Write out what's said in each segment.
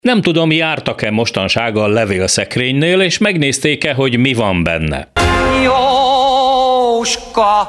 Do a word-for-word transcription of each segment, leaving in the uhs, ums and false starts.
Nem tudom, jártak-e mostanság a levélszekrénynél, és megnézték-e, hogy mi van benne. Jóska,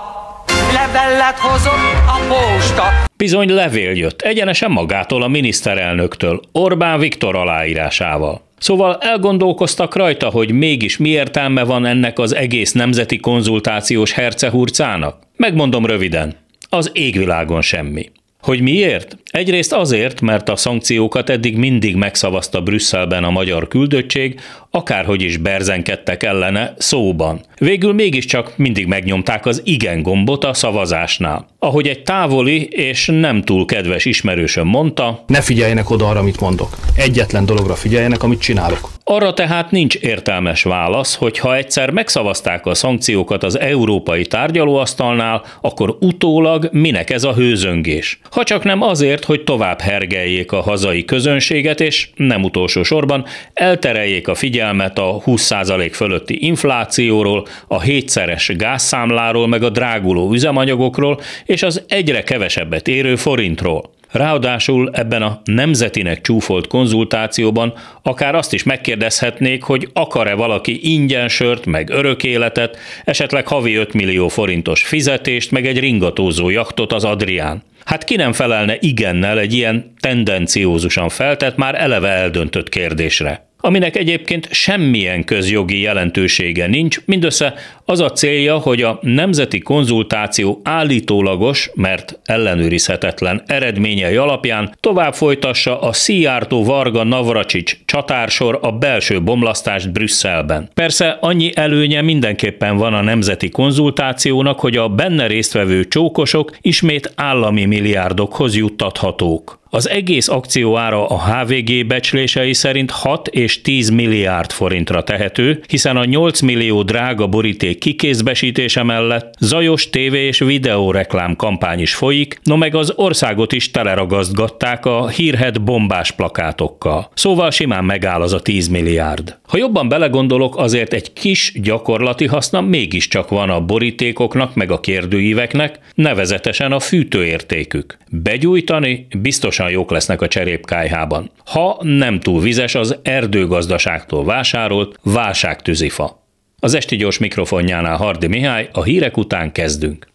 levelet hozott a posta. Bizony levél jött, egyenesen magától a miniszterelnöktől, Orbán Viktor aláírásával. Szóval elgondolkoztak rajta, hogy mégis mi értelme van ennek az egész nemzeti konzultációs hercehurcának? Megmondom röviden, az égvilágon semmi. Hogy miért? Egyrészt azért, mert a szankciókat eddig mindig megszavazta Brüsszelben a magyar küldöttség, akárhogy is berzenkedtek ellene szóban. Végül mégiscsak mindig megnyomták az igen gombot a szavazásnál. Ahogy egy távoli és nem túl kedves ismerősöm mondta, ne figyeljenek oda arra, amit mondok. Egyetlen dologra figyeljenek, amit csinálok. Arra tehát nincs értelmes válasz, hogy ha egyszer megszavazták a szankciókat az európai tárgyalóasztalnál, akkor utólag minek ez a hőzöngés. Ha csak nem azért, hogy tovább hergeljék a hazai közönséget, és nem utolsó sorban eltereljék a figyelmet a húsz százalék fölötti inflációról, a hétszeres gázszámláról, meg a dráguló üzemanyagokról, és az egyre kevesebbet érő forintról. Ráadásul ebben a nemzetinek csúfolt konzultációban akár azt is megkérdezhetnék, hogy akar-e valaki ingyen sört, meg örök életet, esetleg havi öt millió forintos fizetést, meg egy ringatózó jachtot az Adrián. Hát ki nem felelne igennel egy ilyen tendenciózusan feltett, már eleve eldöntött kérdésre, aminek egyébként semmilyen közjogi jelentősége nincs, mindössze az a célja, hogy a nemzeti konzultáció állítólagos, mert ellenőrizhetetlen eredményei alapján tovább folytassa a Szijjártó Varga Navracsics csatársor a belső bomlasztást Brüsszelben. Persze annyi előnye mindenképpen van a nemzeti konzultációnak, hogy a benne résztvevő csókosok ismét állami milliárdokhoz juttathatók. Az egész akció ára a há vé gé becslései szerint hat és tíz milliárd forintra tehető, hiszen a nyolc millió drága boríték kikézbesítése mellett zajos tévé és videóreklám kampány is folyik, no meg az országot is teleragasztgatták a hírhedt bombás plakátokkal. Szóval simán megáll az a tíz milliárd. Ha jobban belegondolok, azért egy kis gyakorlati haszna mégiscsak van a borítékoknak meg a kérdőíveknek, nevezetesen a fűtőértékük. Begyújtani biztosan jók lesznek a cserépkályhában, ha nem túl vizes az erdőgazdaságtól vásárolt válságtűzifa. Az Esti Gyors mikrofonjánál Hardy Mihály, a hírek után kezdünk.